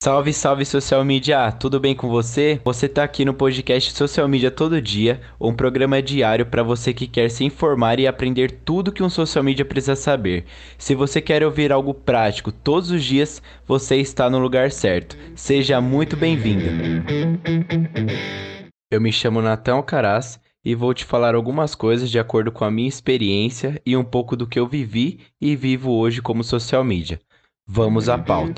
Salve, salve social media! Tudo bem com você? Você tá aqui no podcast Social Media Todo Dia, um programa diário para você que quer se informar e aprender tudo que um social media precisa saber. Se você quer ouvir algo prático todos os dias, você está no lugar certo. Seja muito bem-vindo. Eu me chamo Natan Alcaraz e vou te falar algumas coisas de acordo com a minha experiência e um pouco do que eu vivi e vivo hoje como social media. Vamos à pauta.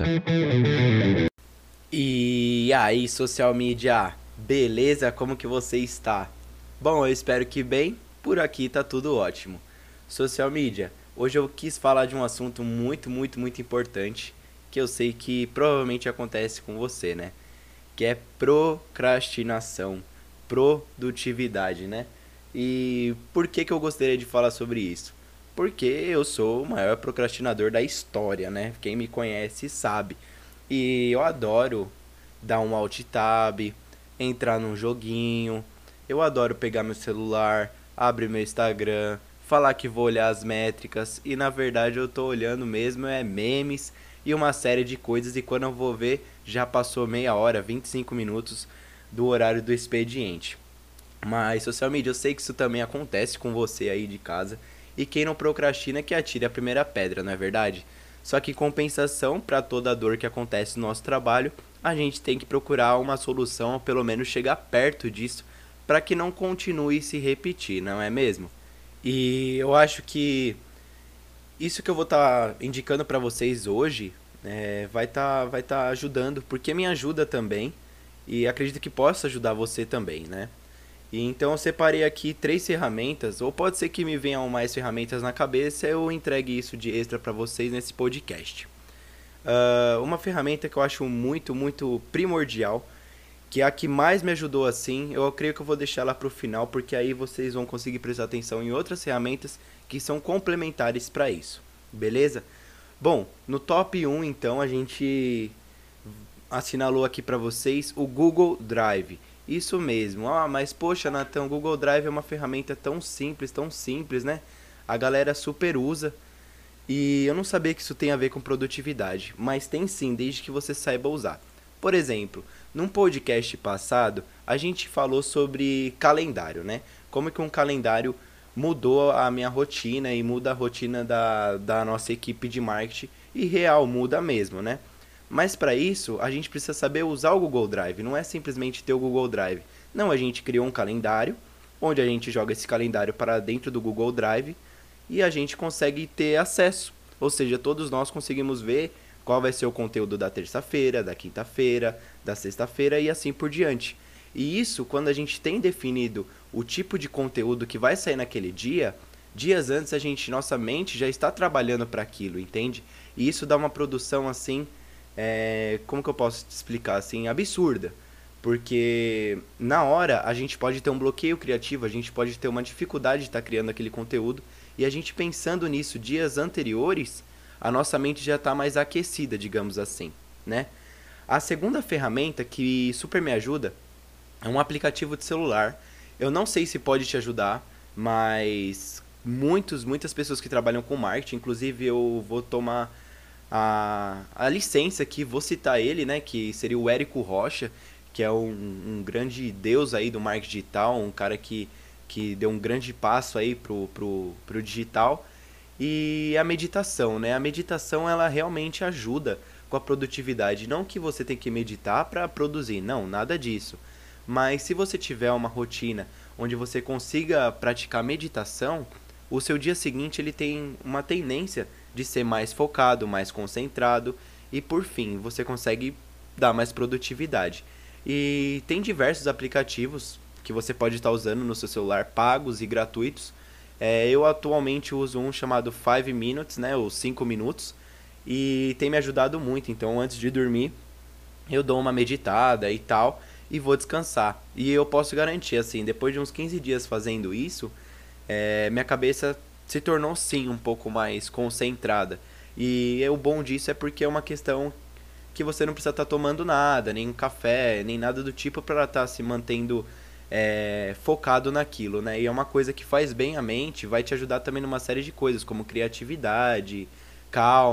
E aí, social media, beleza? Como que você está? Bom, eu espero que bem, por aqui tá tudo ótimo. Social media, hoje eu quis falar de um assunto muito importante, que eu sei que provavelmente acontece com você, né? Que é procrastinação, produtividade, né? E por que que eu gostaria de falar sobre isso? Porque eu sou o maior procrastinador da história, né? Quem me conhece sabe. E eu adoro dar um alt tab, entrar num joguinho. Eu adoro pegar meu celular, abrir meu Instagram, falar que vou olhar as métricas e na verdade eu tô olhando mesmo é memes e uma série de coisas e quando eu vou ver já passou meia hora, 25 minutos do horário do expediente. Mas social media, eu sei que isso também acontece com você aí de casa e quem não procrastina que atire a primeira pedra, não é verdade? Só que em compensação para toda a dor que acontece no nosso trabalho, a gente tem que procurar uma solução, ou pelo menos chegar perto disso, para que não continue se repetir, não é mesmo? E eu acho que isso que eu vou estar indicando para vocês hoje vai tá ajudando, porque me ajuda também e acredito que possa ajudar você também, né? E então eu separei aqui três ferramentas, ou pode ser que me venham mais ferramentas na cabeça, eu entregue isso de extra para vocês nesse podcast. Uma ferramenta que eu acho muito primordial, que é a que mais me ajudou assim, eu creio que eu vou deixar ela para o final, porque aí vocês vão conseguir prestar atenção em outras ferramentas que são complementares para isso, beleza? Bom, no top um então a gente assinalou aqui para vocês o Google Drive. Isso mesmo. Ah, mas poxa, Nathan, o Google Drive é uma ferramenta tão simples, né? A galera super usa. E eu não sabia que isso tem a ver com produtividade, mas tem sim, desde que você saiba usar. Por exemplo, num podcast passado, a gente falou sobre calendário, né? Como que um calendário mudou a minha rotina e muda a rotina da nossa equipe de marketing e real, muda mesmo, né? Mas para isso, a gente precisa saber usar o Google Drive, não é simplesmente ter o Google Drive. Não, a gente criou um calendário, onde a gente joga esse calendário para dentro do Google Drive e a gente consegue ter acesso. Ou seja, todos nós conseguimos ver qual vai ser o conteúdo da terça-feira, da quinta-feira, da sexta-feira e assim por diante. E isso, quando a gente tem definido o tipo de conteúdo que vai sair naquele dia, dias antes nossa mente já está trabalhando para aquilo, entende? E isso dá uma produção assim, como que eu posso te explicar assim, absurda. Porque na hora a gente pode ter um bloqueio criativo, a gente pode ter uma dificuldade de estar criando aquele conteúdo e a gente pensando nisso dias anteriores, a nossa mente já está mais aquecida, digamos assim, né? A segunda ferramenta que super me ajuda é um aplicativo de celular. Eu não sei se pode te ajudar, mas muitas pessoas que trabalham com marketing, inclusive eu vou tomar a licença aqui, vou citar ele, né, que seria o Érico Rocha, que é um grande deus aí do marketing digital, um cara que deu um grande passo aí pro digital. E a meditação, né? A meditação ela realmente ajuda com a produtividade. Não que você tem que meditar para produzir, não, nada disso. Mas se você tiver uma rotina onde você consiga praticar meditação, o seu dia seguinte ele tem uma tendência de ser mais focado, mais concentrado e por fim você consegue dar mais produtividade. E tem diversos aplicativos que você pode estar usando no seu celular, pagos e gratuitos. Eu atualmente uso um chamado 5 Minutes, né, ou 5 minutos, e tem me ajudado muito. Então, antes de dormir, eu dou uma meditada e tal, e vou descansar. E eu posso garantir, assim, depois de uns 15 dias fazendo isso, minha cabeça se tornou sim um pouco mais concentrada. E o bom disso é porque é uma questão que você não precisa estar tomando nada, nem um café, nem nada do tipo para estar se mantendo focado naquilo, né? E é uma coisa que faz bem a mente, vai te ajudar também numa série de coisas, como criatividade, calma,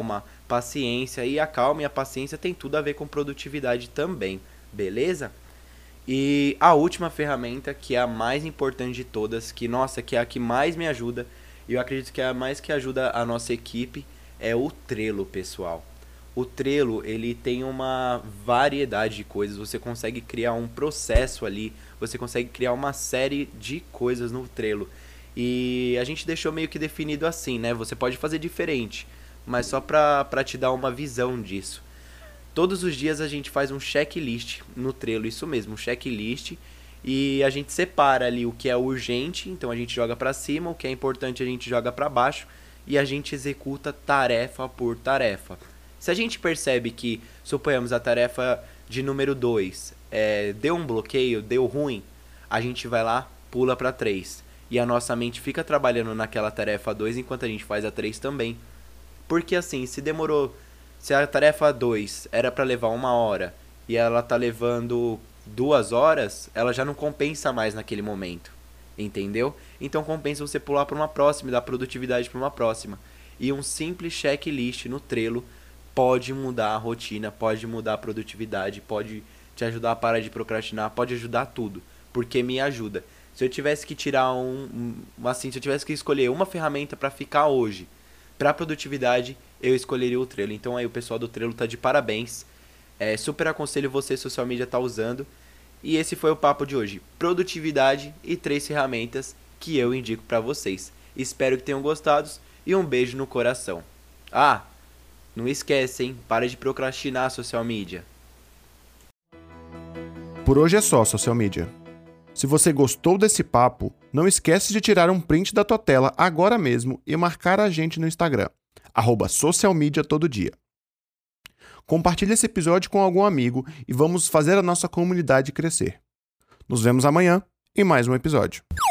paciência. E a calma e a paciência tem tudo a ver com produtividade também, beleza? E a última ferramenta, que é a mais importante de todas, que nossa, que é a que mais me ajuda, e eu acredito que é a mais que ajuda a nossa equipe, é o Trello, pessoal. O Trello, ele tem uma variedade de coisas, você consegue criar um processo ali, você consegue criar uma série de coisas no Trello. E a gente deixou meio que definido assim, né? Você pode fazer diferente, mas só pra te dar uma visão disso. Todos os dias a gente faz um checklist no Trello, isso mesmo, um checklist. E a gente separa ali o que é urgente, então a gente joga pra cima, o que é importante a gente joga pra baixo. E a gente executa tarefa por tarefa. Se a gente percebe que, suponhamos a tarefa de número 2, deu um bloqueio, deu ruim, a gente vai lá, pula pra 3. E a nossa mente fica trabalhando naquela tarefa 2 enquanto a gente faz a 3 também. Porque assim, se a tarefa 2 era para levar 1 hora e ela tá levando 2 horas, ela já não compensa mais naquele momento, entendeu? Então compensa você pular para uma próxima e dar produtividade para uma próxima. E um simples checklist no Trello pode mudar a rotina, pode mudar a produtividade, pode te ajudar a parar de procrastinar, pode ajudar tudo, porque me ajuda. Se eu tivesse que tirar se eu tivesse que escolher uma ferramenta para ficar hoje, para produtividade, eu escolheria o Trello. Então aí o pessoal do Trello tá de parabéns. Super aconselho você, social media, tá usando. E esse foi o papo de hoje. Produtividade e 3 ferramentas que eu indico para vocês. Espero que tenham gostado e um beijo no coração. Ah, não esquece, hein? Para de procrastinar, social media. Por hoje é só, social media. Se você gostou desse papo, não esquece de tirar um print da tua tela agora mesmo e marcar a gente no Instagram, @socialmediatododia. Compartilhe esse episódio com algum amigo e vamos fazer a nossa comunidade crescer. Nos vemos amanhã em mais um episódio.